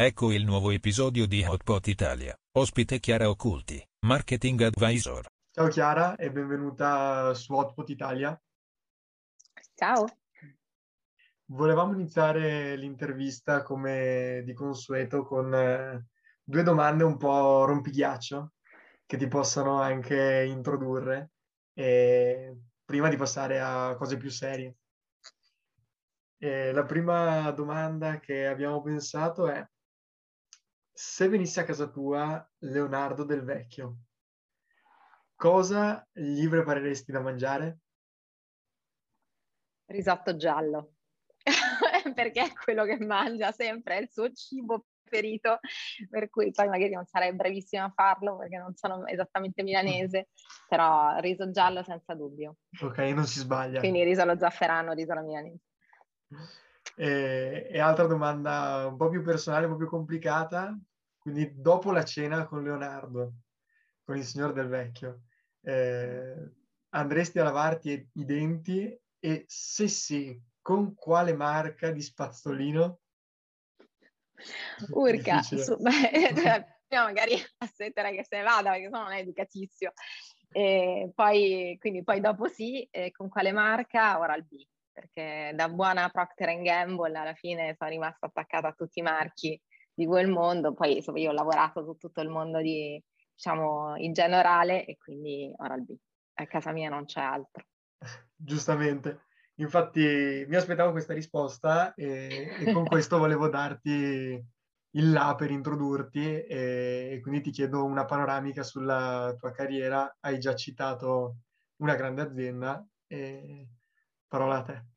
Ecco il nuovo episodio di Hotpot Italia. Ospite Chiara Occulti, Marketing Advisor. Ciao Chiara e benvenuta su Hotpot Italia. Ciao. Volevamo iniziare l'intervista come di consueto con due domande un po' rompighiaccio che ti possano anche introdurre prima di passare a cose più serie. La prima domanda che abbiamo pensato è: se venisse a casa tua Leonardo Del Vecchio, cosa gli prepareresti da mangiare? Risotto giallo, perché è quello che mangia sempre, è il suo cibo preferito, per cui poi magari non sarei bravissima a farlo perché non sono esattamente milanese, però riso giallo senza dubbio. Ok, non si sbaglia. Quindi riso allo zafferano, riso alla milanese. E altra domanda un po' più personale, un po' più complicata. Quindi dopo la cena con Leonardo, con il signor Del Vecchio, andresti a lavarti i denti e se sì, con quale marca di spazzolino? Urca, Difficile. prima magari aspetterà che se ne vada perché sennò non è educatissimo. Poi dopo sì, con quale marca? Oral-B, perché da buona Procter Gamble alla fine sono rimasta attaccata a tutti i marchi di quel mondo. Poi insomma, io ho lavorato su tutto il mondo di, diciamo, in generale e quindi Oral-B. A casa mia non c'è altro. Giustamente. Infatti mi aspettavo questa risposta e con questo volevo darti il là per introdurti e quindi ti chiedo una panoramica sulla tua carriera. Hai già citato una grande azienda e parola a te.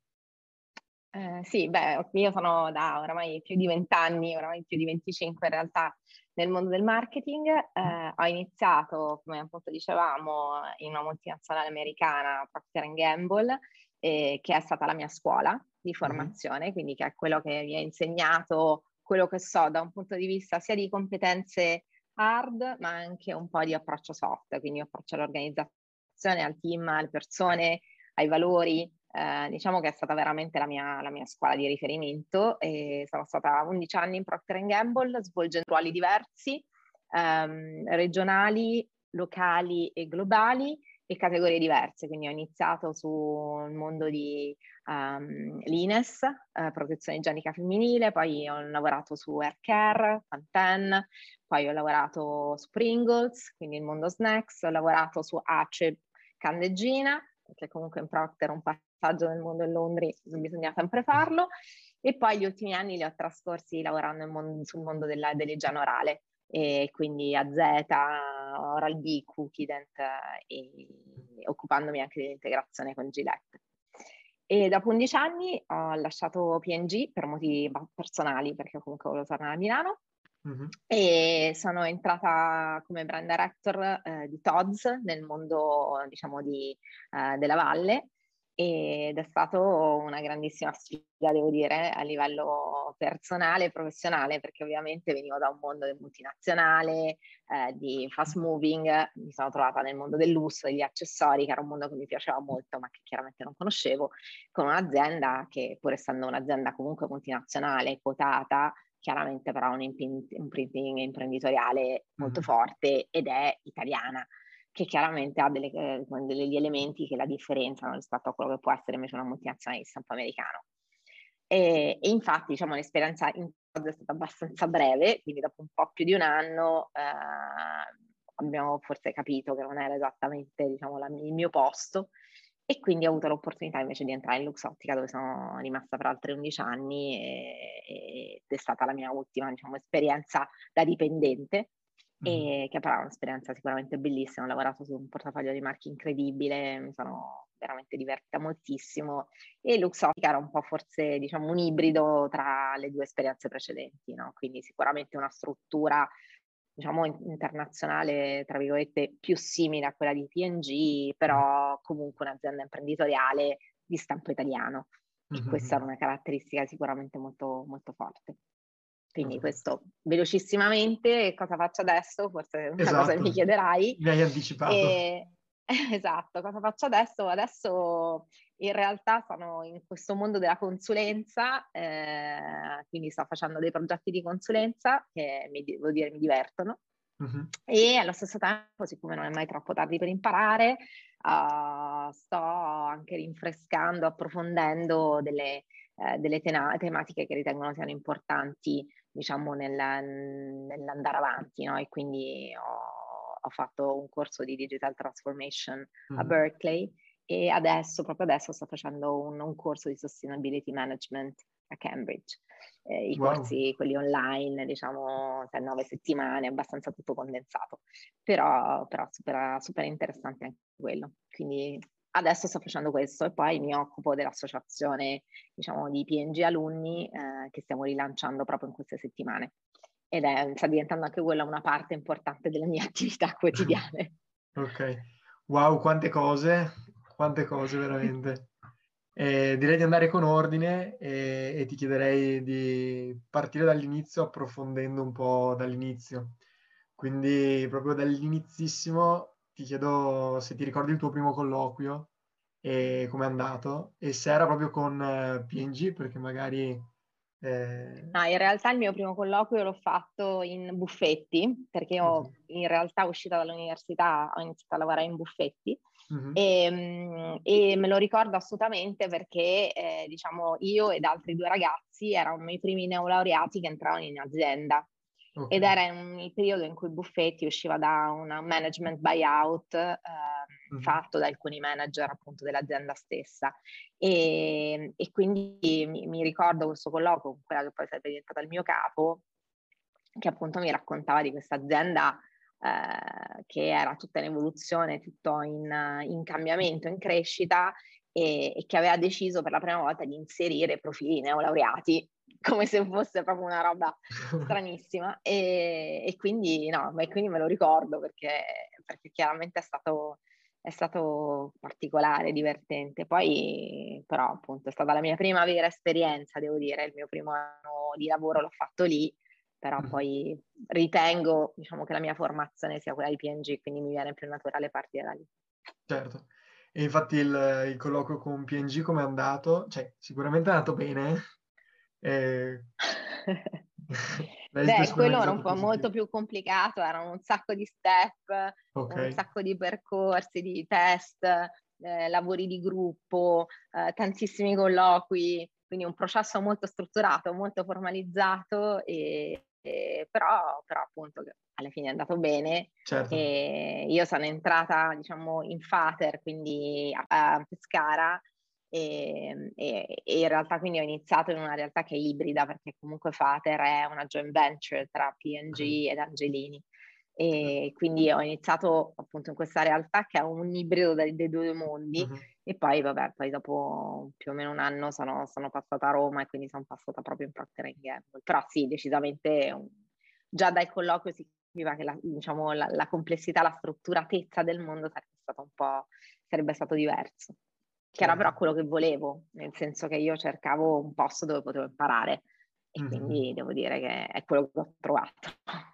Sì, beh, io sono da oramai più di 20 anni, oramai più di 25 in realtà, nel mondo del marketing. Ho iniziato, come appunto dicevamo, in una multinazionale americana, Procter Gamble, che è stata la mia scuola di formazione, quindi che è quello che mi ha insegnato quello che so da un punto di vista sia di competenze hard, ma anche un po' di approccio soft, quindi approccio all'organizzazione, al team, alle persone, ai valori. Diciamo che è stata veramente la mia scuola di riferimento e sono stata 11 anni in Procter Gamble svolgendo ruoli diversi, regionali, locali e globali e categorie diverse, quindi ho iniziato sul mondo di l'INES, protezione igienica femminile, poi ho lavorato su Hair Care, Pantene, poi ho lavorato su Pringles, quindi il mondo snacks, ho lavorato su Ace Candeggina, perché comunque in Procter un passaggio nel mondo in Londra bisogna sempre farlo, e poi gli ultimi anni li ho trascorsi lavorando sul mondo dell'igiene orale, e quindi AZ, Oral-B, Cookie-Dent e occupandomi anche dell'integrazione con Gillette. E dopo 11 anni ho lasciato P&G per motivi personali, perché comunque volevo tornare a Milano. Mm-hmm. E sono entrata come brand director di Tod's nel mondo, diciamo, della valle, ed è stato una grandissima sfida, devo dire, a livello personale e professionale, perché ovviamente venivo da un mondo multinazionale, di fast moving, mi sono trovata nel mondo del lusso, degli accessori, che era un mondo che mi piaceva molto, ma che chiaramente non conoscevo, con un'azienda che, pur essendo un'azienda comunque multinazionale, quotata, chiaramente però ha un imprinting imprenditoriale molto forte ed è italiana, che chiaramente ha degli elementi che la differenziano rispetto a quello che può essere invece una multinazionale di stampo americano. E infatti, diciamo, l'esperienza in Tod's è stata abbastanza breve, quindi dopo un po' più di un anno abbiamo forse capito che non era esattamente, diciamo, il mio posto, e quindi ho avuto l'opportunità invece di entrare in Luxottica, dove sono rimasta per altri 11 anni ed è stata la mia ultima, diciamo, esperienza da dipendente, e che però è un'esperienza sicuramente bellissima. Ho lavorato su un portafoglio di marchi incredibile, mi sono veramente divertita moltissimo, e Luxottica era un po' forse, diciamo, un ibrido tra le due esperienze precedenti, no? Quindi sicuramente una struttura, diciamo, internazionale, tra virgolette, più simile a quella di P&G, però comunque un'azienda imprenditoriale di stampo italiano. E questa era una caratteristica sicuramente molto, molto forte. Quindi questo velocissimamente. Cosa faccio adesso? Forse è una cosa che mi chiederai. Mi hai anticipato. Esatto, cosa faccio adesso? Adesso in realtà sono in questo mondo della consulenza, quindi sto facendo dei progetti di consulenza che devo dire mi divertono. Mhm. E allo stesso tempo, siccome non è mai troppo tardi per imparare, sto anche rinfrescando, approfondendo delle tematiche che ritengono siano importanti, diciamo, nell'andare avanti, no? E quindi ho fatto un corso di Digital Transformation a Berkeley e proprio adesso sto facendo un corso di Sustainability Management a Cambridge. I Wow. corsi, quelli online, diciamo, 9 settimane, abbastanza tutto condensato, però super, super interessante anche quello. Quindi adesso sto facendo questo e poi mi occupo dell'associazione, diciamo, di PNG alunni che stiamo rilanciando proprio in queste settimane. Sta diventando anche quella una parte importante delle mie attività quotidiane. Ok, wow, quante cose veramente. Direi di andare con ordine e ti chiederei di partire dall'inizio approfondendo un po' dall'inizio. Quindi proprio dall'inizissimo ti chiedo se ti ricordi il tuo primo colloquio e com'è andato e se era proprio con PNG, perché magari... No, in realtà il mio primo colloquio l'ho fatto in buffetti, perché io in realtà uscita dall'università ho iniziato a lavorare in buffetti e me lo ricordo assolutamente perché diciamo io ed altri 2 ragazzi erano i primi neolaureati che entravano in azienda. Okay. Ed era il periodo in cui Buffetti usciva da un management buyout fatto da alcuni manager appunto dell'azienda stessa e quindi mi ricordo questo colloquio con quella che poi sarebbe diventata il mio capo, che appunto mi raccontava di questa azienda che era tutta in evoluzione, tutto in cambiamento, in crescita e che aveva deciso per la prima volta di inserire profili neolaureati come se fosse proprio una roba stranissima e quindi no, quindi me lo ricordo perché chiaramente è stato particolare, divertente. Poi però appunto è stata la mia prima vera esperienza, devo dire, il mio primo anno di lavoro l'ho fatto lì, però poi ritengo, diciamo, che la mia formazione sia quella di PNG, quindi mi viene più naturale partire da lì. Certo. E infatti il colloquio con PNG com'è andato? Cioè, sicuramente è andato bene. L'hai Beh, quello era un esperienzato po' molto positivo. più complicato, erano un sacco di step, un Ok. sacco di percorsi, di test, lavori di gruppo, tantissimi colloqui, quindi un processo molto strutturato, molto formalizzato, però appunto alla fine è andato bene. Certo. E io sono entrata, diciamo, in Fater, quindi a Pescara, e in realtà quindi ho iniziato in una realtà che è ibrida perché comunque Fater è una joint venture tra PNG ed Angelini e quindi ho iniziato appunto in questa realtà che è un ibrido dei 2 mondi e poi vabbè, poi dopo più o meno un anno sono passata a Roma e quindi sono passata proprio in Procter & Gamble, però sì, decisamente già dal colloquio si capiva che diciamo, la complessità, la strutturatezza del mondo sarebbe stato diverso. Che era però quello che volevo, nel senso che io cercavo un posto dove potevo imparare e quindi devo dire che è quello che ho trovato.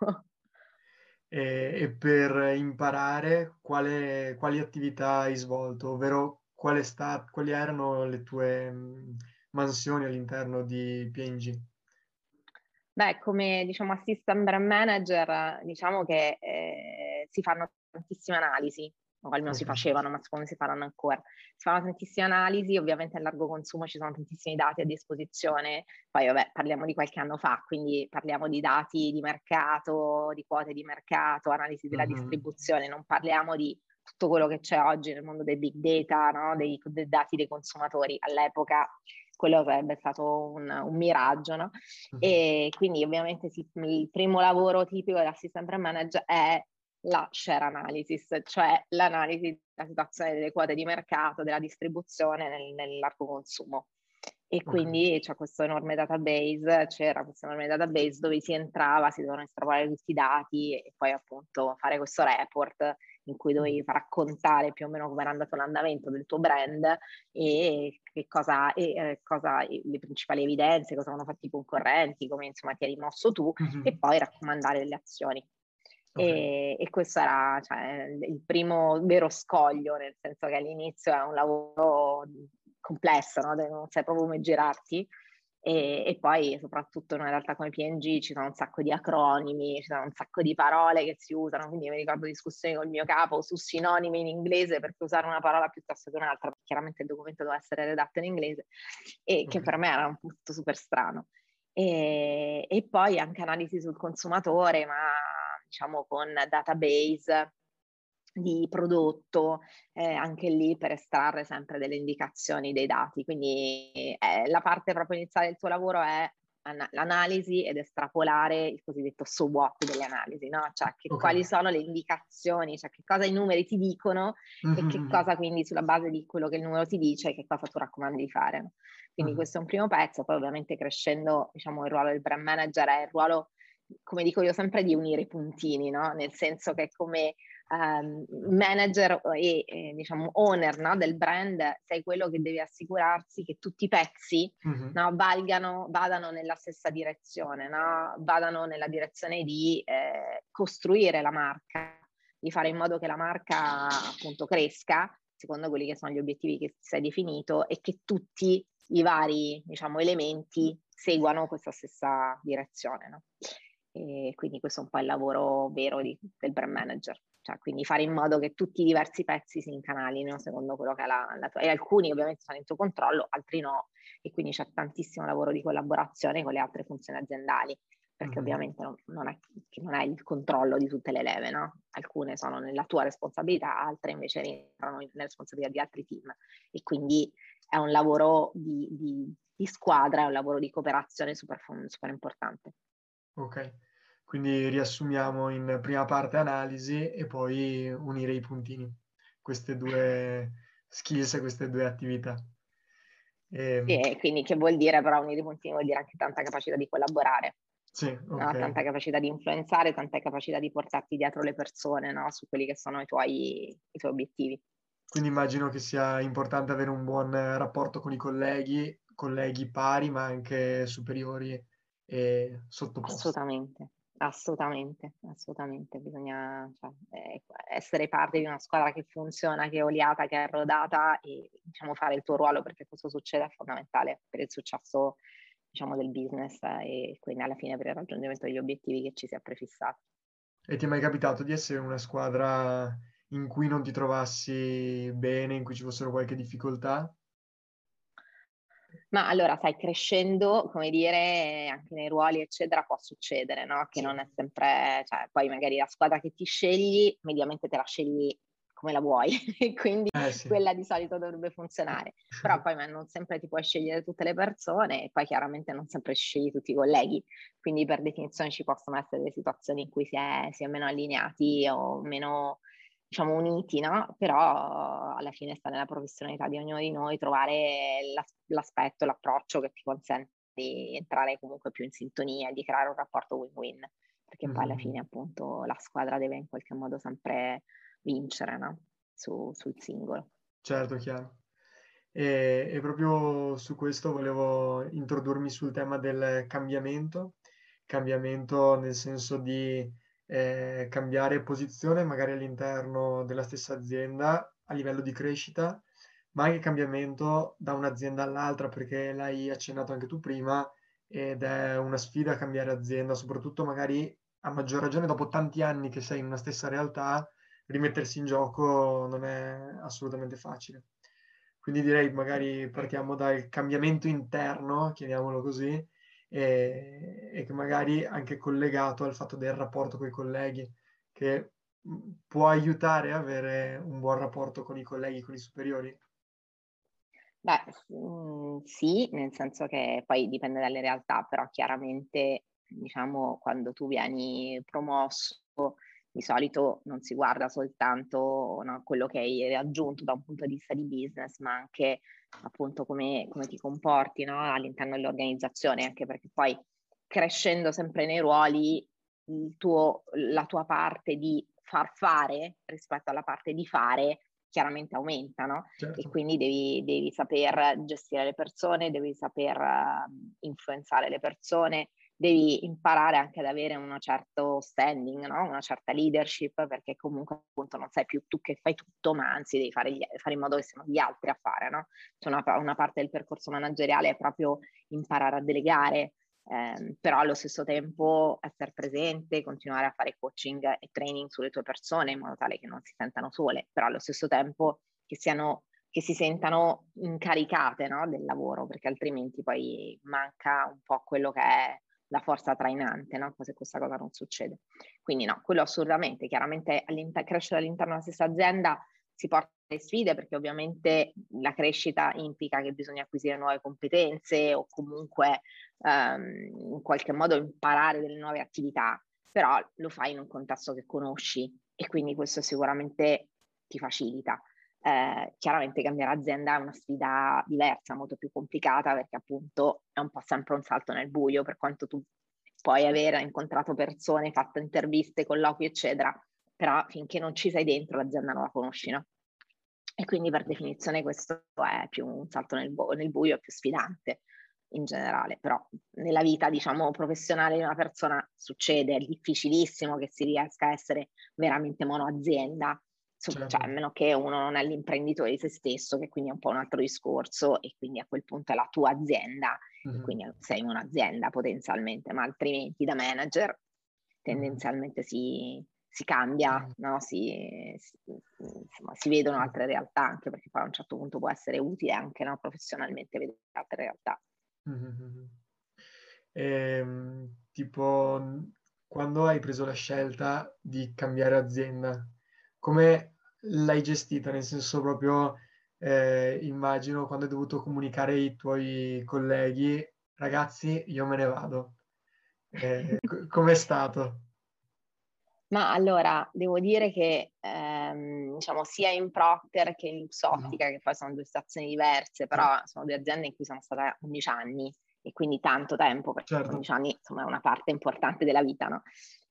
E per imparare quali attività hai svolto, ovvero quali erano le tue mansioni all'interno di PNG? Beh, come diciamo assistant brand manager, diciamo che si fanno tantissime analisi, o almeno si facevano, ma secondo me si faranno ancora. Si fanno tantissime analisi, ovviamente a largo consumo ci sono tantissimi dati a disposizione, poi vabbè parliamo di qualche anno fa, quindi parliamo di dati di mercato, di quote di mercato, analisi della distribuzione, non parliamo di tutto quello che c'è oggi nel mondo dei big data, no? dei dati dei consumatori. All'epoca quello sarebbe stato un miraggio, no? E quindi ovviamente il primo lavoro tipico dell'assistant brand manager è la share analysis, cioè l'analisi della situazione delle quote di mercato, della distribuzione nell'arco consumo. E quindi c'era questo enorme database dove si entrava, si dovevano estrapolare tutti i dati e poi appunto fare questo report in cui dovevi raccontare più o meno come era andato l'andamento del tuo brand e le principali evidenze, cosa hanno fatto i concorrenti, come insomma ti eri mosso tu e poi raccomandare delle azioni. E questo era, cioè, il primo vero scoglio, nel senso che all'inizio è un lavoro complesso, no? Non sai proprio come girarti. E poi soprattutto in una realtà come PNG ci sono un sacco di acronimi, ci sono un sacco di parole che si usano, quindi mi ricordo discussioni col mio capo su sinonimi in inglese perché usare una parola piuttosto che un'altra, perché chiaramente il documento doveva essere redatto in inglese e che per me era un punto super strano. E poi anche analisi sul consumatore, ma diciamo con database di prodotto, anche lì per estrarre sempre delle indicazioni dei dati. Quindi la parte proprio iniziale del tuo lavoro è l'analisi ed estrapolare il cosiddetto so what delle analisi, no? Cioè quali sono le indicazioni, cioè che cosa i numeri ti dicono e che cosa quindi sulla base di quello che il numero ti dice, che cosa tu raccomandi di fare. No? Quindi questo è un primo pezzo, poi ovviamente crescendo, diciamo, il ruolo del brand manager è il ruolo, come dico io sempre, di unire i puntini, no? Nel senso che come manager e diciamo owner, no, del brand, sei quello che deve assicurarsi che tutti i pezzi no, vadano nella stessa direzione, no? Vadano nella direzione di costruire la marca, di fare in modo che la marca appunto cresca secondo quelli che sono gli obiettivi che si è definito e che tutti i vari, diciamo, elementi seguano questa stessa direzione, no? E quindi questo è un po' il lavoro vero del brand manager, cioè quindi fare in modo che tutti i diversi pezzi si incanalino secondo quello che è la tua, e alcuni ovviamente sono in tuo controllo, altri no, e quindi c'è tantissimo lavoro di collaborazione con le altre funzioni aziendali, perché ovviamente non è il controllo di tutte le leve, no? Alcune sono nella tua responsabilità, altre invece rientrano nella responsabilità di altri team, e quindi è un lavoro di squadra, è un lavoro di cooperazione super importante. Ok, quindi riassumiamo in prima parte analisi e poi unire i puntini, queste due skills e queste due attività. Sì, quindi che vuol dire però unire i puntini, vuol dire anche tanta capacità di collaborare, sì, no? Tanta capacità di influenzare, tanta capacità di portarti dietro le persone, no? Su quelli che sono i tuoi obiettivi. Quindi immagino che sia importante avere un buon rapporto con i colleghi pari, ma anche superiori e sottoposti. Assolutamente. Bisogna essere parte di una squadra che funziona, che è oliata, che è rodata e diciamo fare il tuo ruolo, perché questo succede, è fondamentale per il successo, diciamo, del business e quindi alla fine per il raggiungimento degli obiettivi che ci si è prefissati. E ti è mai capitato di essere in una squadra in cui non ti trovassi bene, in cui ci fossero qualche difficoltà? Ma allora, sai, crescendo, come dire, anche nei ruoli, eccetera, può succedere, no? Che non è sempre, cioè, poi magari la squadra che ti scegli, mediamente te la scegli come la vuoi, e quindi Sì. quella di solito dovrebbe funzionare. Però poi non sempre ti puoi scegliere tutte le persone e poi chiaramente non sempre scegli tutti i colleghi, quindi per definizione ci possono essere delle situazioni in cui si è meno allineati o meno, diciamo, uniti, no? Però alla fine sta nella professionalità di ognuno di noi trovare l'aspetto, l'approccio che ti consente di entrare comunque più in sintonia e di creare un rapporto win-win, perché poi alla fine appunto la squadra deve in qualche modo sempre vincere, no? Sul singolo. Certo, chiaro. E proprio su questo volevo introdurmi sul tema del cambiamento nel senso di cambiare posizione magari all'interno della stessa azienda a livello di crescita, ma anche cambiamento da un'azienda all'altra, perché l'hai accennato anche tu prima, ed è una sfida cambiare azienda, soprattutto magari a maggior ragione dopo tanti anni che sei in una stessa realtà, rimettersi in gioco non è assolutamente facile. Quindi direi magari partiamo dal cambiamento interno, chiamiamolo così, e che magari anche collegato al fatto del rapporto con i colleghi, che può aiutare a avere un buon rapporto con i colleghi, con i superiori. Beh, sì, nel senso che poi dipende dalle realtà, però chiaramente, diciamo, quando tu vieni promosso, di solito non si guarda soltanto, no, quello che hai raggiunto da un punto di vista di business, ma anche appunto come ti comporti, no, all'interno dell'organizzazione, anche perché poi crescendo sempre nei ruoli, la tua parte di far fare rispetto alla parte di fare chiaramente aumenta, no? Certo. E quindi devi saper gestire le persone, devi saper influenzare le persone, devi imparare anche ad avere un certo standing, no? Una certa leadership, perché comunque appunto non sei più tu che fai tutto, ma anzi devi fare in modo che siano gli altri a fare, no? Cioè una parte del percorso manageriale è proprio imparare a delegare, però allo stesso tempo essere presente, continuare a fare coaching e training sulle tue persone in modo tale che non si sentano sole, però allo stesso tempo che si sentano incaricate, no, del lavoro, perché altrimenti poi manca un po' quello che è la forza trainante, no? Se questa cosa non succede. Quindi no, quello assolutamente, chiaramente crescere all'interno della stessa azienda si porta alle sfide, perché ovviamente la crescita implica che bisogna acquisire nuove competenze o comunque in qualche modo imparare delle nuove attività, però lo fai in un contesto che conosci e quindi questo sicuramente ti facilita. Chiaramente cambiare azienda è una sfida diversa, molto più complicata, perché appunto è un po' sempre un salto nel buio, per quanto tu puoi aver incontrato persone, fatto interviste, colloqui, eccetera, però finché non ci sei dentro l'azienda non la conosci, no? E quindi per definizione questo è più un salto nel buio, è più sfidante in generale, però nella vita, diciamo, professionale di una persona succede, è difficilissimo che si riesca a essere veramente monoazienda, Certo. cioè, a meno che uno non è l'imprenditore di se stesso, che quindi è un po' un altro discorso, e quindi a quel punto è la tua azienda, e quindi sei un'azienda potenzialmente, ma altrimenti da manager tendenzialmente si cambia, no? Insomma, si vedono altre realtà, anche perché poi a un certo punto può essere utile anche, no, professionalmente vedere altre realtà. Tipo, quando hai preso la scelta di cambiare azienda, come l'hai gestita? Nel senso proprio, immagino quando hai dovuto comunicare ai tuoi colleghi, ragazzi, io me ne vado. Com'è stato? Ma allora, devo dire che diciamo sia in Procter che in Luxottica, che poi sono due situazioni diverse, però sono due aziende in cui sono stata 11 anni, e quindi tanto tempo, perché Certo. 11 anni insomma è una parte importante della vita, no?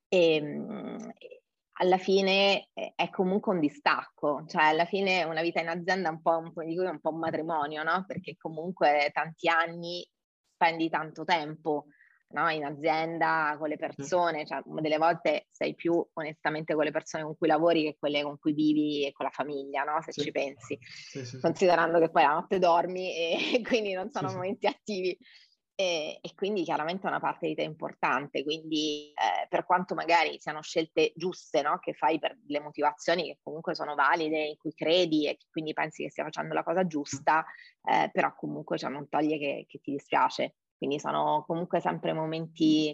E alla fine è comunque un distacco, cioè alla fine una vita in azienda è un po', dico io, un po' un matrimonio, no? Perché comunque tanti anni spendi tanto tempo, no? In azienda con le persone, cioè delle volte sei più onestamente con le persone con cui lavori che quelle con cui vivi e con la famiglia, no? Se ci pensi, considerando che poi la notte dormi e quindi non sono momenti attivi. E quindi chiaramente è una parte di te importante, quindi per quanto magari siano scelte giuste, no? Che fai per le motivazioni che comunque sono valide, in cui credi e che quindi pensi che stia facendo la cosa giusta, però comunque cioè, non toglie che ti dispiace. Quindi sono comunque sempre momenti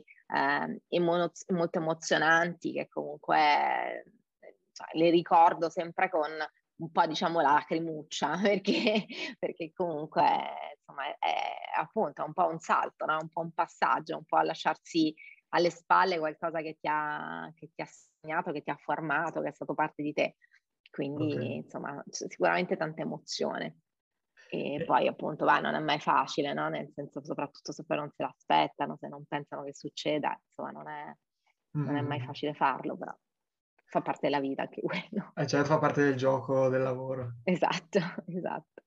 molto emozionanti, che comunque cioè, le ricordo sempre con un po', diciamo, la lacrimuccia, perché comunque insomma è appunto un po' un salto, no? Un po' un passaggio, un po' a lasciarsi alle spalle qualcosa che ti ha segnato, che ti ha formato, che è stato parte di te. Quindi insomma sicuramente tanta emozione. E poi appunto non è mai facile, no? Nel senso, soprattutto se poi non se l'aspettano, se non pensano che succeda, insomma non è mai facile farlo, però fa parte della vita anche quello. Certo, fa parte del gioco del lavoro. Esatto, esatto.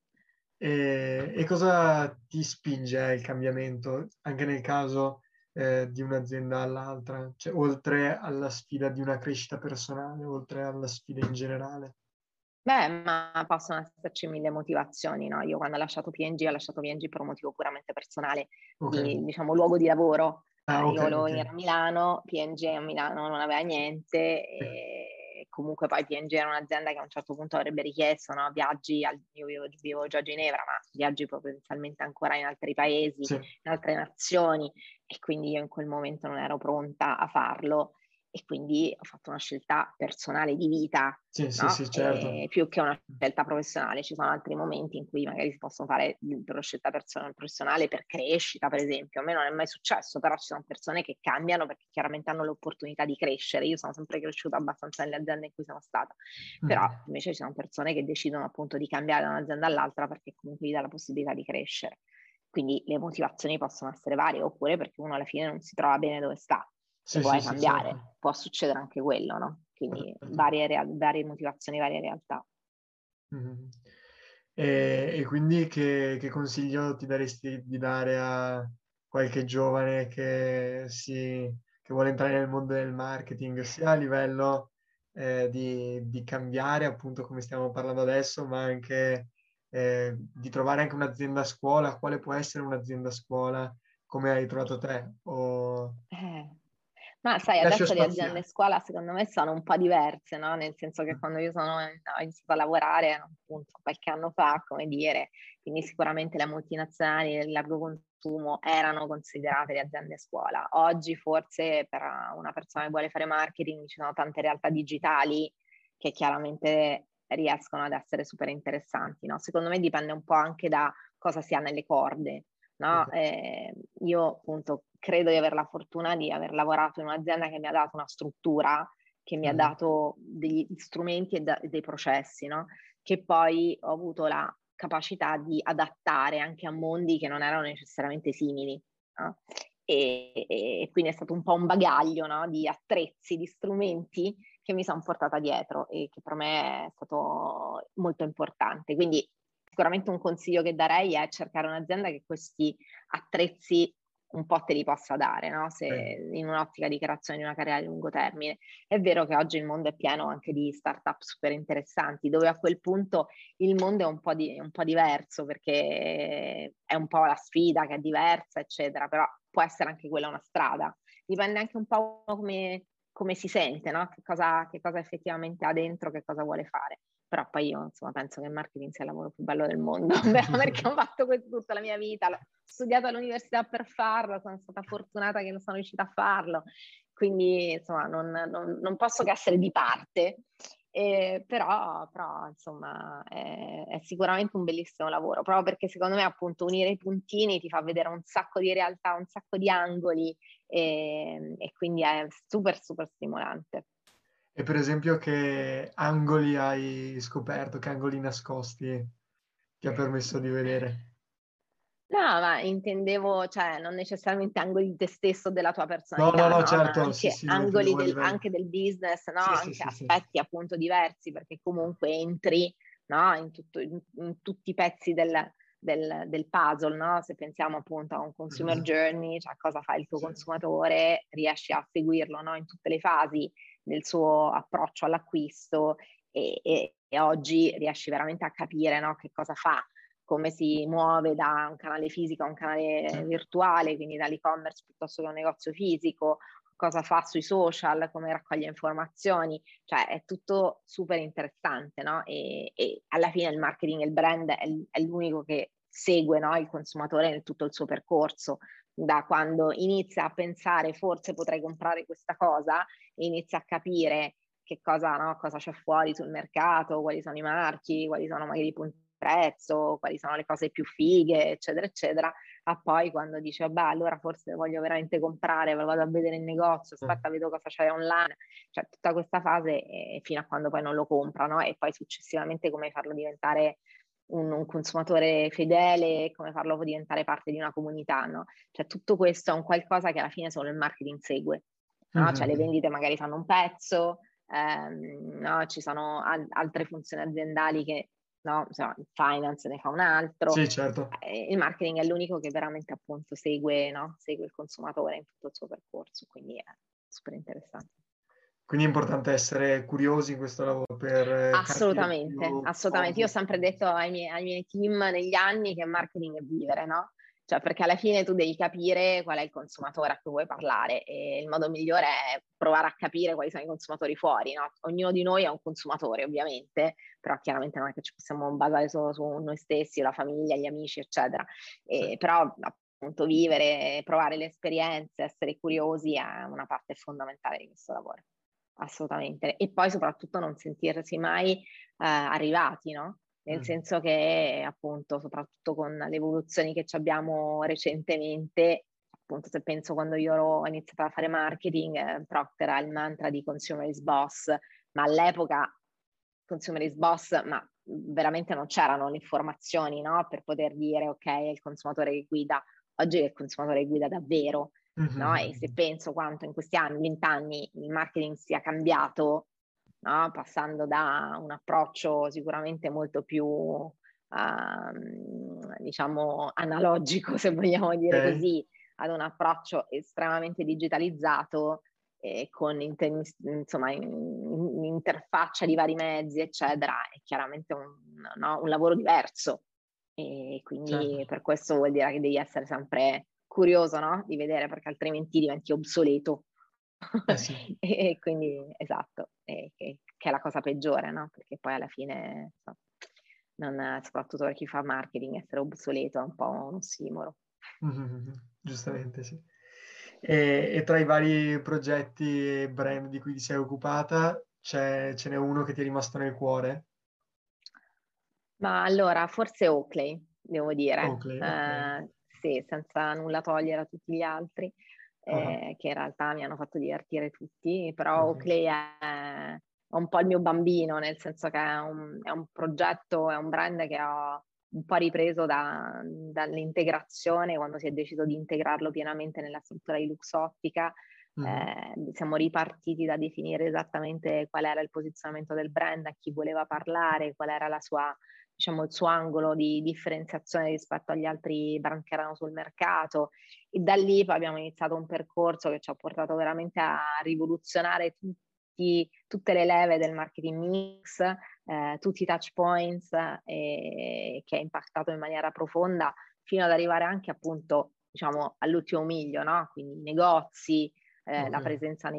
E cosa ti spinge al cambiamento, anche nel caso di un'azienda all'altra? Cioè, oltre alla sfida di una crescita personale, oltre alla sfida in generale? Beh, ma possono esserci mille motivazioni, no? Io quando ho lasciato P&G per un motivo puramente personale, di, diciamo, luogo di lavoro. Io volevo venire a Milano, P&G a Milano non aveva niente, e comunque poi P&G era un'azienda che a un certo punto avrebbe richiesto, no, viaggi, io vivo già a Ginevra, ma viaggi potenzialmente ancora in altri paesi, in altre nazioni, e quindi io in quel momento non ero pronta a farlo. E quindi ho fatto una scelta personale di vita, no? Certo. Più che una scelta professionale. Ci sono altri momenti in cui magari si possono fare per una scelta professionale per crescita, per esempio. A me non è mai successo, però ci sono persone che cambiano perché chiaramente hanno l'opportunità di crescere. Io sono sempre cresciuta abbastanza nelle aziende in cui sono stata, però invece ci sono persone che decidono appunto di cambiare da un'azienda all'altra perché comunque gli dà la possibilità di crescere. Quindi le motivazioni possono essere varie, oppure perché uno alla fine non si trova bene dove sta e vuole cambiare. Certo. Può succedere anche quello, no? Quindi varie motivazioni, varie realtà. E quindi che consiglio ti daresti di dare a qualche giovane che vuole entrare nel mondo del marketing, sia a livello di cambiare, appunto come stiamo parlando adesso, ma anche di trovare anche un'azienda a scuola. Quale può essere un'azienda a scuola? Come hai trovato te? Ma sai, Ti lascio adesso le aziende spaziare. scuola secondo me sono un po' diverse, no? Nel senso che quando io ho iniziato a lavorare, appunto, qualche anno fa, come dire, quindi sicuramente le multinazionali del largo consumo erano considerate le aziende scuola. Oggi forse per una persona che vuole fare marketing ci sono tante realtà digitali che chiaramente riescono ad essere super interessanti, no? Secondo me dipende un po' anche da cosa si ha nelle corde. No? Io appunto credo di avere la fortuna di aver lavorato in un'azienda che mi ha dato una struttura, che mi ha dato degli strumenti e dei processi, no? Che poi ho avuto la capacità di adattare anche a mondi che non erano necessariamente simili. No? E quindi è stato un po' un bagaglio, no? Di attrezzi, di strumenti che mi sono portata dietro e che per me è stato molto importante. Quindi sicuramente un consiglio che darei è cercare un'azienda che questi attrezzi un po' te li possa dare, no? Se in un'ottica di creazione di una carriera di lungo termine. È vero che oggi il mondo è pieno anche di startup super interessanti, dove a quel punto il mondo è un po' diverso, perché è un po' la sfida che è diversa, eccetera, però può essere anche quella una strada. Dipende anche un po' come si sente, no? Che cosa effettivamente ha dentro, che cosa vuole fare. Però poi io insomma penso che il marketing sia il lavoro più bello del mondo, perché ho fatto questo tutta la mia vita, ho studiato all'università per farlo, sono stata fortunata che non sono riuscita a farlo, quindi insomma non posso che essere di parte, però insomma è sicuramente un bellissimo lavoro, proprio perché secondo me appunto unire i puntini ti fa vedere un sacco di realtà, un sacco di angoli e quindi è super super stimolante. E per esempio che angoli hai scoperto, che angoli nascosti ti ha permesso di vedere? No, ma intendevo, cioè, non necessariamente angoli di te stesso, della tua No, personalità, no? Ma certo, sì, anche sì, lo angoli intendevo a livello... anche del business, no? Sì, Anche sì. aspetti appunto diversi, perché comunque entri, no? In tutti i pezzi del puzzle, no? Se pensiamo appunto a un consumer journey, cioè cosa fa il tuo consumatore, riesci a seguirlo, no? In tutte le fasi del suo approccio all'acquisto e oggi riesci veramente a capire, no? Che cosa fa, come si muove da un canale fisico a un canale virtuale, quindi dall'e-commerce piuttosto che un negozio fisico, cosa fa sui social, come raccoglie informazioni, cioè è tutto super interessante, no? E alla fine il marketing e il brand è l'unico che segue, no, il consumatore nel tutto il suo percorso, da quando inizia a pensare forse potrei comprare questa cosa, e inizia a capire che cosa, no, cosa c'è fuori sul mercato, quali sono i marchi, quali sono magari i punti di prezzo, quali sono le cose più fighe, eccetera, eccetera, a poi quando dice, vabbè, allora forse voglio veramente comprare, ve lo vado a vedere in negozio, aspetta, vedo cosa c'è online, cioè tutta questa fase fino a quando poi non lo comprano e poi successivamente come farlo diventare un consumatore fedele, come farlo diventare parte di una comunità, no? Cioè tutto questo è un qualcosa che alla fine solo il marketing segue, no? Cioè le vendite magari fanno un pezzo, no? Ci sono altre funzioni aziendali che, no? Insomma, il finance ne fa un altro, Sì, certo. il marketing è l'unico che veramente appunto segue, no? Segue il consumatore in tutto il suo percorso, quindi è super interessante. Quindi è importante essere curiosi in questo lavoro per capire Assolutamente, più assolutamente. Io ho cose. sempre detto ai miei team negli anni che marketing è vivere, no? Cioè, perché alla fine tu devi capire qual è il consumatore a cui vuoi parlare e il modo migliore è provare a capire quali sono i consumatori fuori, no? Ognuno di noi è un consumatore, ovviamente, però chiaramente non è che ci possiamo basare solo su noi stessi, la famiglia, gli amici, eccetera. Però appunto vivere, provare le esperienze, essere curiosi è una parte fondamentale di questo lavoro. Assolutamente. E poi soprattutto non sentirsi mai arrivati, no? Nel senso che appunto, soprattutto con le evoluzioni che ci abbiamo recentemente, appunto se penso quando io ho iniziato a fare marketing, Procter ha il mantra di consumer is boss, ma all'epoca consumer is boss, ma veramente non c'erano le informazioni, no? Per poter dire ok, è il consumatore che guida. Oggi è il consumatore che guida davvero, no? E se penso quanto in questi anni, 20 anni, il marketing sia cambiato, no? Passando da un approccio sicuramente molto più, diciamo, analogico, se vogliamo dire così, ad un approccio estremamente digitalizzato con insomma, interfaccia di vari mezzi, eccetera, è chiaramente un lavoro diverso. E quindi Certo. per questo vuol dire che devi essere sempre curioso, no? Di vedere, perché altrimenti diventi obsoleto. Sì. E quindi, esatto, che è la cosa peggiore, no? Perché poi alla fine, soprattutto per chi fa marketing, essere obsoleto è un po' un ossimoro. Giustamente, sì. E tra i vari progetti e brand di cui ti sei occupata, ce n'è uno che ti è rimasto nel cuore? Ma allora, forse Oakley, devo dire. Oakley, ok. Sì, senza nulla togliere a tutti gli altri, Ah, che in realtà mi hanno fatto divertire tutti, però ok. Oakley è un po' il mio bambino, nel senso che è un progetto, è un brand che ho un po' ripreso dall'integrazione, quando si è deciso di integrarlo pienamente nella struttura di Luxottica. Mhm. Siamo ripartiti da definire esattamente qual era il posizionamento del brand, a chi voleva parlare, qual era la sua, diciamo, il suo angolo di differenziazione rispetto agli altri brand che erano sul mercato, e da lì poi abbiamo iniziato un percorso che ci ha portato veramente a rivoluzionare tutte le leve del marketing mix, tutti i touch points, che ha impactato in maniera profonda fino ad arrivare anche appunto, diciamo, all'ultimo miglio, no? Quindi i negozi, Ok. la presenza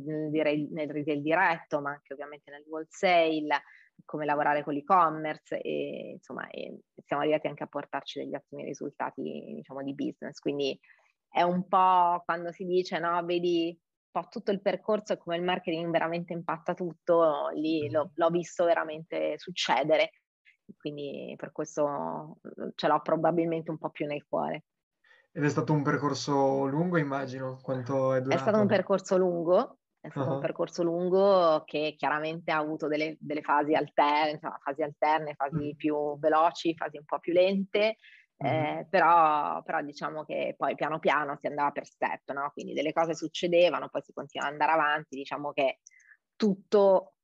nel retail diretto, ma anche ovviamente nel wholesale, come lavorare con l'e-commerce, e insomma siamo arrivati anche a portarci degli ottimi risultati, diciamo, di business. Quindi è un po' quando si dice, no, vedi un po' tutto il percorso e come il marketing veramente impatta tutto, lì l'ho visto veramente succedere, quindi per questo ce l'ho probabilmente un po' più nel cuore. Ed è stato un percorso lungo, immagino. Quanto è È stato un durato? percorso lungo, è stato un Ah, percorso lungo che chiaramente ha avuto delle fasi alterne, fasi mm, più veloci, fasi un po' più lente, mhm. però diciamo che poi piano piano si andava per step, no? Quindi delle cose succedevano, poi si continuava ad andare avanti, diciamo che tutto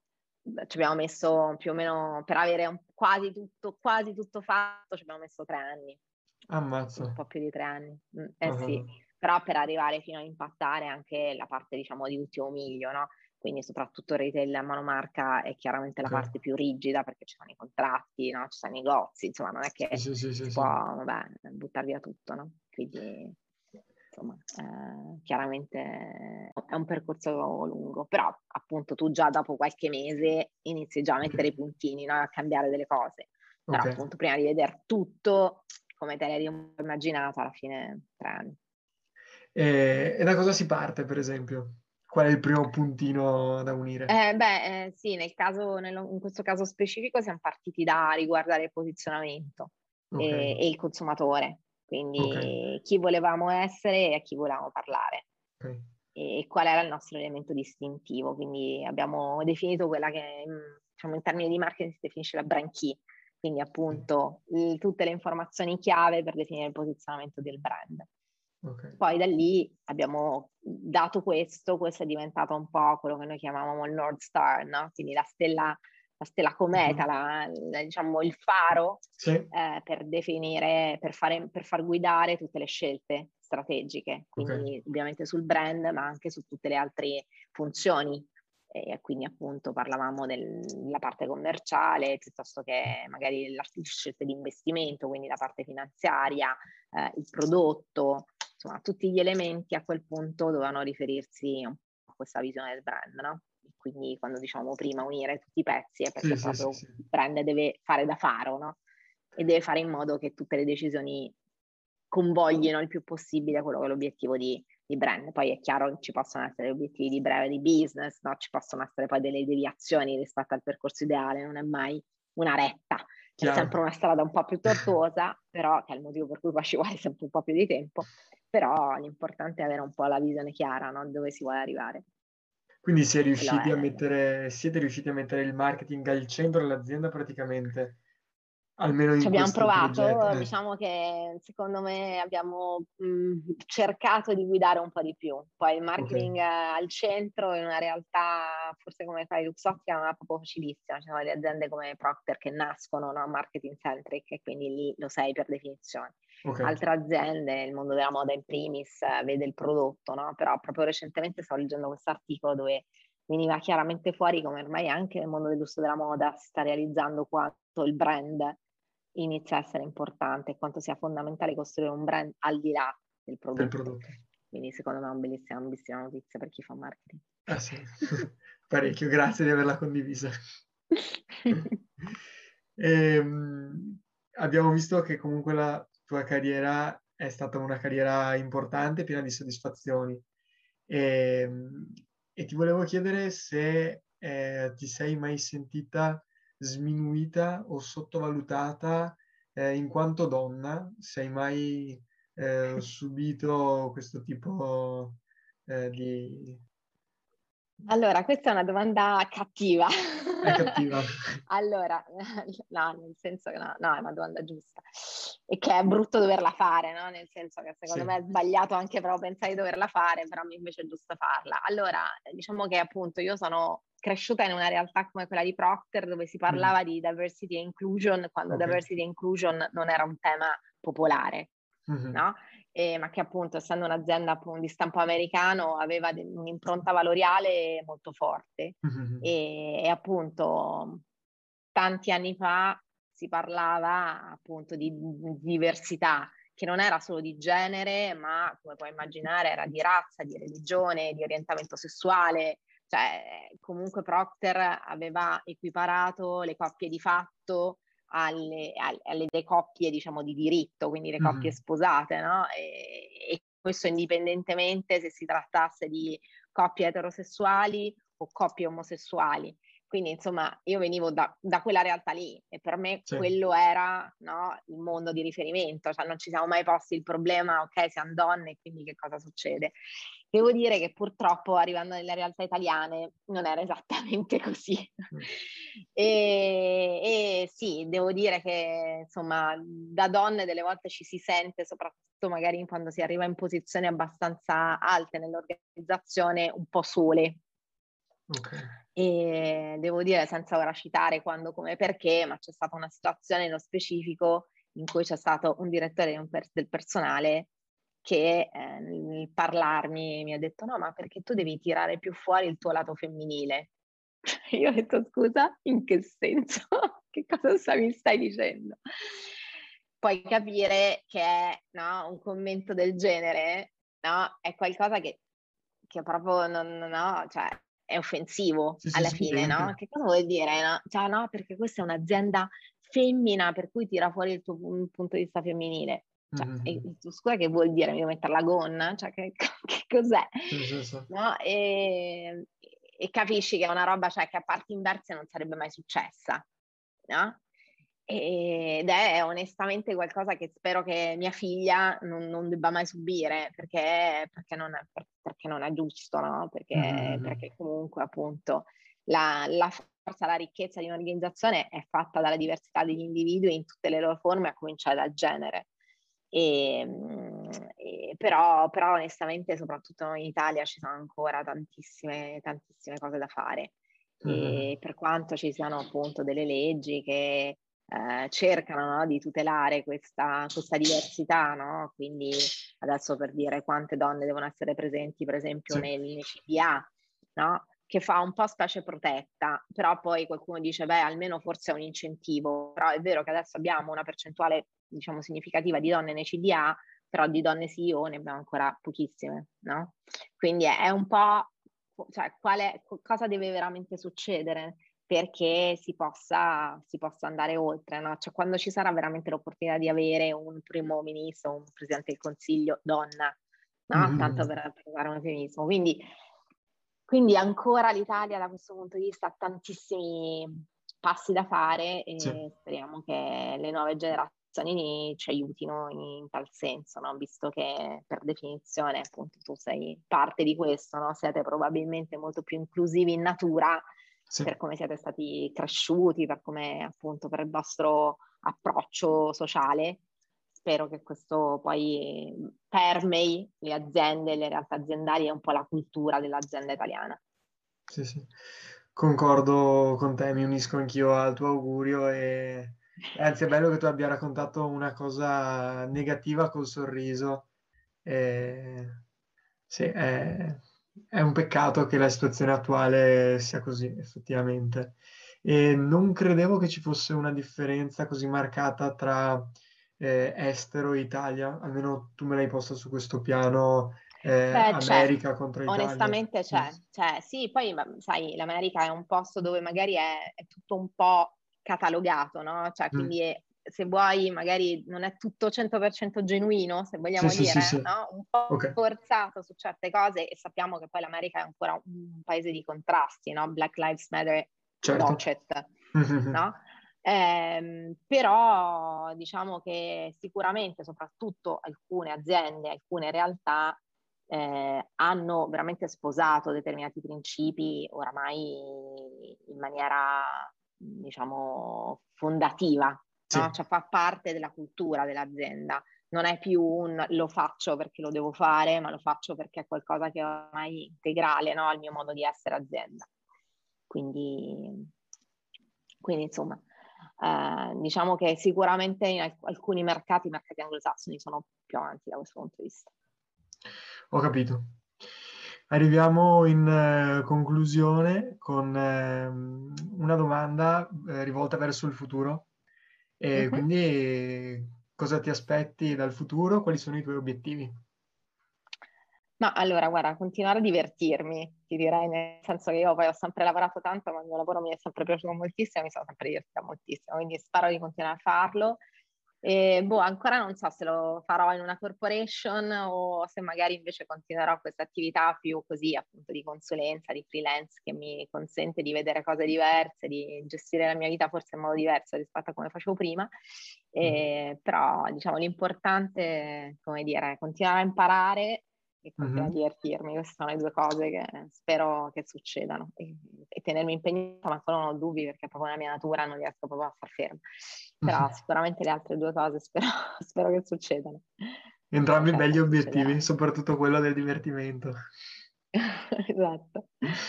ci abbiamo messo più o meno, per avere quasi tutto fatto, ci abbiamo messo 3 anni, un Ammazza. po' più di 3 anni. Sì, Ah, però per arrivare fino a impattare anche la parte, diciamo, di ultimo miglio, no? Quindi soprattutto il retail a monomarca è chiaramente la ok. parte più rigida, perché ci sono i contratti, no? Ci sono i negozi, insomma, non è Sì, che sì, sì, sì, si può, sì. vabbè, buttare via tutto, no? Quindi, insomma, chiaramente è un percorso lungo, però appunto tu già dopo qualche mese inizi già a Ok. mettere i puntini, no? A cambiare delle cose, però Ok. appunto prima di vedere tutto come te l'hai immaginata, alla fine 3 anni. E da cosa si parte, per esempio? Qual è il primo puntino da unire? Sì, in questo caso specifico siamo partiti da riguardare il posizionamento Ok, e il consumatore, ok, quindi chi volevamo essere e a chi volevamo parlare ok. e qual era il nostro elemento distintivo. Quindi abbiamo definito quella che, diciamo, in termini di marketing si definisce la brand key, quindi appunto tutte le informazioni chiave per definire il posizionamento del brand. Ok. Poi da lì abbiamo dato questo è diventato un po' quello che noi chiamavamo il North Star, no? Quindi la stella cometa, Mhm. diciamo il faro Sì, per definire, per far guidare tutte le scelte strategiche, ok. quindi ovviamente sul brand, ma anche su tutte le altre funzioni. E quindi appunto parlavamo della parte commerciale piuttosto che magari le scelte di investimento, quindi la parte finanziaria, il prodotto, insomma tutti gli elementi a quel punto dovevano riferirsi un po' a questa visione del brand, no? Quindi quando diciamo prima unire tutti i pezzi è Sì, perché sì, sì, proprio sì. il brand deve fare da faro, no? E deve fare in modo che tutte le decisioni convoglino il più possibile quello che è l'obiettivo di brand. Poi è chiaro che ci possono essere obiettivi di breve di business, no? Ci possono essere poi delle deviazioni rispetto al percorso ideale, non è mai una retta, è Chiaro. sempre una strada un po' più tortuosa, però che è il motivo per cui poi ci vuole sempre un po' più di tempo, però l'importante è avere un po' la visione chiara, no? Dove si vuole arrivare. Quindi Quello è. siete riusciti a mettere il marketing al centro dell'azienda praticamente. almeno Ci in abbiamo questo progetto. provato, diciamo che secondo me abbiamo cercato di guidare un po' di più. Poi il marketing al centro in una realtà forse come fai Luxottica non è proprio facilissima, ci sono le aziende come Procter che nascono, no, marketing centric, e quindi lì lo sei per definizione. Altre aziende, il mondo della moda in primis, vede il prodotto, no? Però proprio recentemente stavo leggendo questo articolo dove veniva chiaramente fuori come ormai anche nel mondo dell'uso della moda si sta realizzando quanto il brand inizia a essere importante e quanto sia fondamentale costruire un brand al di là del prodotto. Quindi secondo me è una bellissima notizia per chi fa marketing. Ah sì, parecchio, grazie di averla condivisa. Abbiamo visto che comunque la tua carriera è stata una carriera importante, piena di soddisfazioni. E ti volevo chiedere se ti sei mai sentita sminuita o sottovalutata in quanto donna, se hai mai subito questo tipo di... Allora, questa è una domanda cattiva. È cattiva. Allora, no, nel senso che no, è una domanda giusta. E che è brutto doverla fare, no? Nel senso che secondo me è sbagliato anche proprio pensare di doverla fare, però invece è giusto farla. Allora, diciamo che appunto io sono cresciuta in una realtà come quella di Procter, dove si parlava di diversity e inclusion, quando diversity e inclusion non era un tema popolare, no? Ma che appunto, essendo un'azienda appunto di stampo americano, aveva un'impronta valoriale molto forte. E appunto tanti anni fa si parlava appunto di diversità, che non era solo di genere, ma come puoi immaginare era di razza, di religione, di orientamento sessuale. Cioè, comunque Procter aveva equiparato le coppie di fatto alle coppie, diciamo, di diritto, quindi le coppie sposate, no? E questo indipendentemente se si trattasse di coppie eterosessuali o coppie omosessuali. Quindi, insomma, io venivo da quella realtà lì e per me quello era, no, il mondo di riferimento, cioè non ci siamo mai posti il problema, ok, siamo donne, quindi che cosa succede? Devo dire che purtroppo arrivando nelle realtà italiane non era esattamente così. E sì, devo dire che insomma da donne delle volte ci si sente, soprattutto magari quando si arriva in posizioni abbastanza alte nell'organizzazione, un po' sole. E devo dire, senza ora citare quando, come, perché, ma c'è stata una situazione nello specifico in cui c'è stato un direttore del personale che nel parlarmi mi ha detto no, ma perché tu devi tirare più fuori il tuo lato femminile? Io ho detto scusa, in che senso? Che cosa mi stai dicendo? Poi capire che no, un commento del genere, no, è qualcosa che proprio no, cioè è offensivo alla fine, no? Che cosa vuol dire? No? Cioè, no, perché questa è un'azienda femmina per cui tira fuori il tuo punto di vista femminile. Cioè, scusa, che vuol dire? Mi devo mettere la gonna? Cioè, che cos'è? No? E capisci che è una roba, cioè, che a parti inverse non sarebbe mai successa, no? Ed è onestamente qualcosa che spero che mia figlia non debba mai subire, perché non è giusto, no? Perché comunque appunto la forza, la ricchezza di un'organizzazione è fatta dalla diversità degli individui in tutte le loro forme, a cominciare dal genere. Però onestamente soprattutto in Italia ci sono ancora tantissime cose da fare, e per quanto ci siano appunto delle leggi che cercano, no, di tutelare questa diversità, no? Quindi adesso, per dire, quante donne devono essere presenti per esempio nei CDA, no? Che fa un po' specie protetta, però poi qualcuno dice beh, almeno forse è un incentivo. Però è vero che adesso abbiamo una percentuale, diciamo, significativa di donne nei CDA, però di donne CEO ne abbiamo ancora pochissime, no? Quindi è un po', cioè, cosa deve veramente succedere perché si possa andare oltre, no? Cioè, quando ci sarà veramente l'opportunità di avere un primo ministro, un presidente del consiglio donna, no? Tanto per fare un femminismo. Quindi ancora l'Italia da questo punto di vista ha tantissimi passi da fare e speriamo che le nuove generazioni ci aiutino in tal senso, no? Visto che per definizione appunto tu sei parte di questo, no? Siete probabilmente molto più inclusivi in natura per come siete stati cresciuti, per come appunto per il vostro approccio sociale. Spero che questo poi permei le aziende, le realtà aziendali e un po' la cultura dell'azienda italiana. Sì, sì, concordo con te, mi unisco anch'io al tuo augurio e anzi è bello che tu abbia raccontato una cosa negativa col sorriso. E sì, è un peccato che la situazione attuale sia così, effettivamente. E non credevo che ci fosse una differenza così marcata tra estero e Italia, almeno tu me l'hai posta su questo piano, Beh, America contro Italia. onestamente c'è, sì, poi sai, l'America è un posto dove magari è tutto un po' catalogato, no? Cioè, Mm. quindi se vuoi, magari non è tutto 100% genuino, se Sì, vogliamo sì, sì, dire, sì. no? Un po' Ok, forzato su certe cose e sappiamo che poi l'America è ancora un paese di contrasti, no? Black Lives Matter, certo. watch it, Mhm. no? Però diciamo che sicuramente, soprattutto alcune aziende, alcune realtà hanno veramente sposato determinati principi oramai in maniera, diciamo, fondativa, Sì. no? Cioè fa parte della cultura dell'azienda. Non è più un lo faccio perché lo devo fare, ma lo faccio perché è qualcosa che è ormai integrale, no? Al mio modo di essere azienda. Quindi insomma, diciamo che sicuramente in alcuni mercati, i mercati anglosassoni, sono più avanti da questo punto di vista. Ho capito. Arriviamo in conclusione con una domanda rivolta verso il futuro. E Mhm. quindi cosa ti aspetti dal futuro? Quali sono i tuoi obiettivi? Ma allora, guarda, continuare a divertirmi, ti direi, nel senso che io poi ho sempre lavorato tanto, ma il mio lavoro mi è sempre piaciuto moltissimo, mi sono sempre divertita moltissimo, quindi spero di continuare a farlo. E boh, ancora non so se lo farò in una corporation o se magari invece continuerò questa attività più così, appunto, di consulenza, di freelance, che mi consente di vedere cose diverse, di gestire la mia vita forse in modo diverso rispetto a come facevo prima. Però, diciamo, l'importante, come dire, è continuare a imparare e continuare a Mhm. divertirmi. Queste sono le due cose che spero che succedano e tenermi impegnata, ma ancora non ho dubbi perché è proprio la mia natura, non riesco proprio a star ferma. Però sicuramente le altre due cose spero, spero che succedano. Sono Entrambi certa belli che obiettivi, succederanno. soprattutto quello del divertimento. Esatto.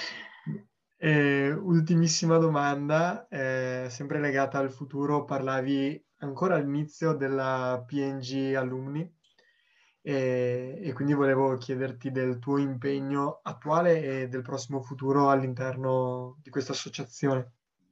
Ultimissima domanda, sempre legata al futuro, parlavi ancora all'inizio della PNG Alumni e quindi volevo chiederti del tuo impegno attuale e del prossimo futuro all'interno di questa associazione.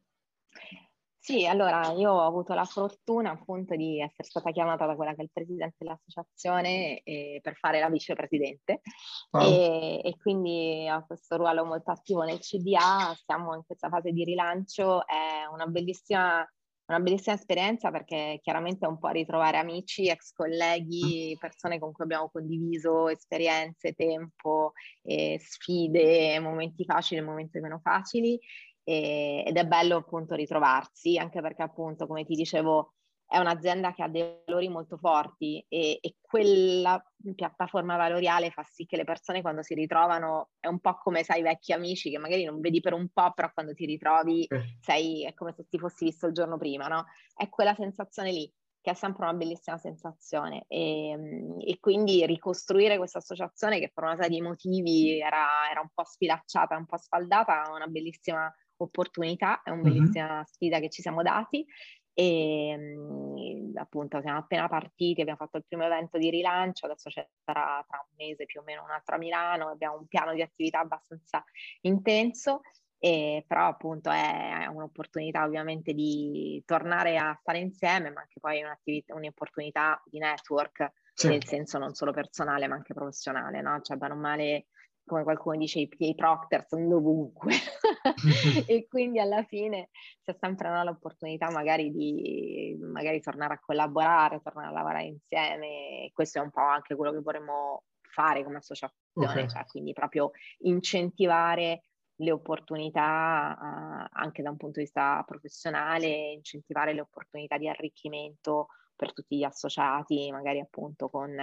Sì, allora io ho avuto la fortuna appunto di essere stata chiamata da quella che è il presidente dell'associazione per fare la vicepresidente Wow. e quindi ho questo ruolo molto attivo nel CDA, siamo in questa fase di rilancio, è una bellissima esperienza perché chiaramente è un po' ritrovare amici, ex colleghi, persone con cui abbiamo condiviso esperienze, tempo, sfide, momenti facili e momenti meno facili ed è bello appunto ritrovarsi, anche perché appunto, come ti dicevo, è un'azienda che ha dei valori molto forti e quella piattaforma valoriale fa sì che le persone quando si ritrovano è un po' come, sai, vecchi amici che magari non vedi per un po', però quando ti ritrovi sei, è come se ti fossi visto il giorno prima, no? È quella sensazione lì che è sempre una bellissima sensazione e quindi ricostruire questa associazione che per una serie di motivi era un po' sfilacciata, un po' sfaldata, è una bellissima opportunità, è una Mhm. bellissima sfida che ci siamo dati e appunto siamo appena partiti, abbiamo fatto il primo evento di rilancio, adesso c'è tra un mese più o meno un altro a Milano, abbiamo un piano di attività abbastanza intenso. Però appunto è un'opportunità ovviamente di tornare a stare insieme, ma anche poi un'opportunità di network, Sì. nel senso non solo personale ma anche professionale, no? Cioè, bene o male, come qualcuno dice, i proctor sono dovunque e quindi alla fine c'è sempre l'opportunità magari di magari tornare a collaborare, tornare a lavorare insieme e questo è un po' anche quello che vorremmo fare come Ok. associazione, cioè quindi proprio incentivare le opportunità anche da un punto di vista professionale, incentivare le opportunità di arricchimento per tutti gli associati, magari appunto con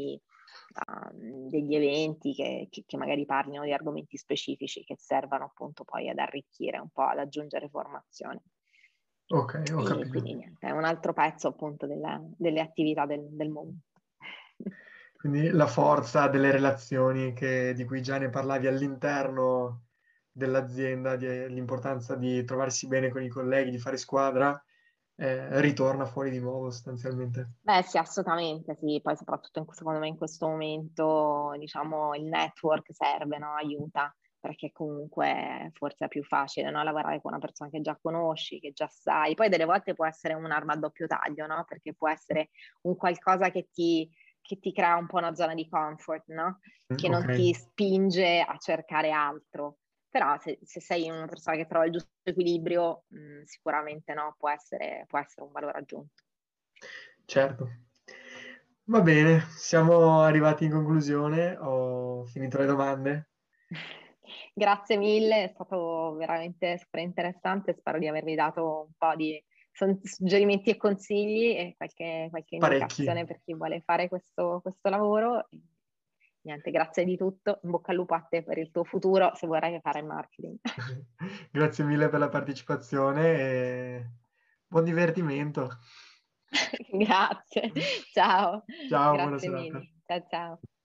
degli eventi che magari parlino di argomenti specifici che servano appunto poi ad arricchire un po', ad aggiungere formazione. Ok, ho E capito. quindi niente, è un altro pezzo appunto delle attività del momento. Quindi la forza delle relazioni di cui già ne parlavi all'interno dell'azienda, l'importanza di trovarsi bene con i colleghi, di fare squadra, ritorna fuori di nuovo sostanzialmente. Beh, sì, assolutamente, sì. Poi soprattutto secondo me in questo momento, diciamo, il network serve, no? Aiuta, perché comunque forse è più facile, no? Lavorare con una persona che già conosci, che già sai. Poi delle volte può essere un'arma a doppio taglio, no? Perché può essere un qualcosa che ti crea un po' una zona di comfort, no? Che Ok, non ti spinge a cercare altro. Però se sei una persona che trova il giusto equilibrio, sicuramente no, può essere un valore aggiunto. certo. Va bene, siamo arrivati in conclusione, ho finito le domande. Grazie mille, è stato veramente super interessante. Spero di avervi dato un po' di suggerimenti e consigli e qualche Parecchi. indicazione per chi vuole fare questo lavoro. E niente, grazie di tutto. In bocca al lupo a te per il tuo futuro se vorrai fare marketing. Grazie mille per la partecipazione e buon divertimento. Grazie, ciao, Ciao, buona grazie serata. mille. Ciao ciao.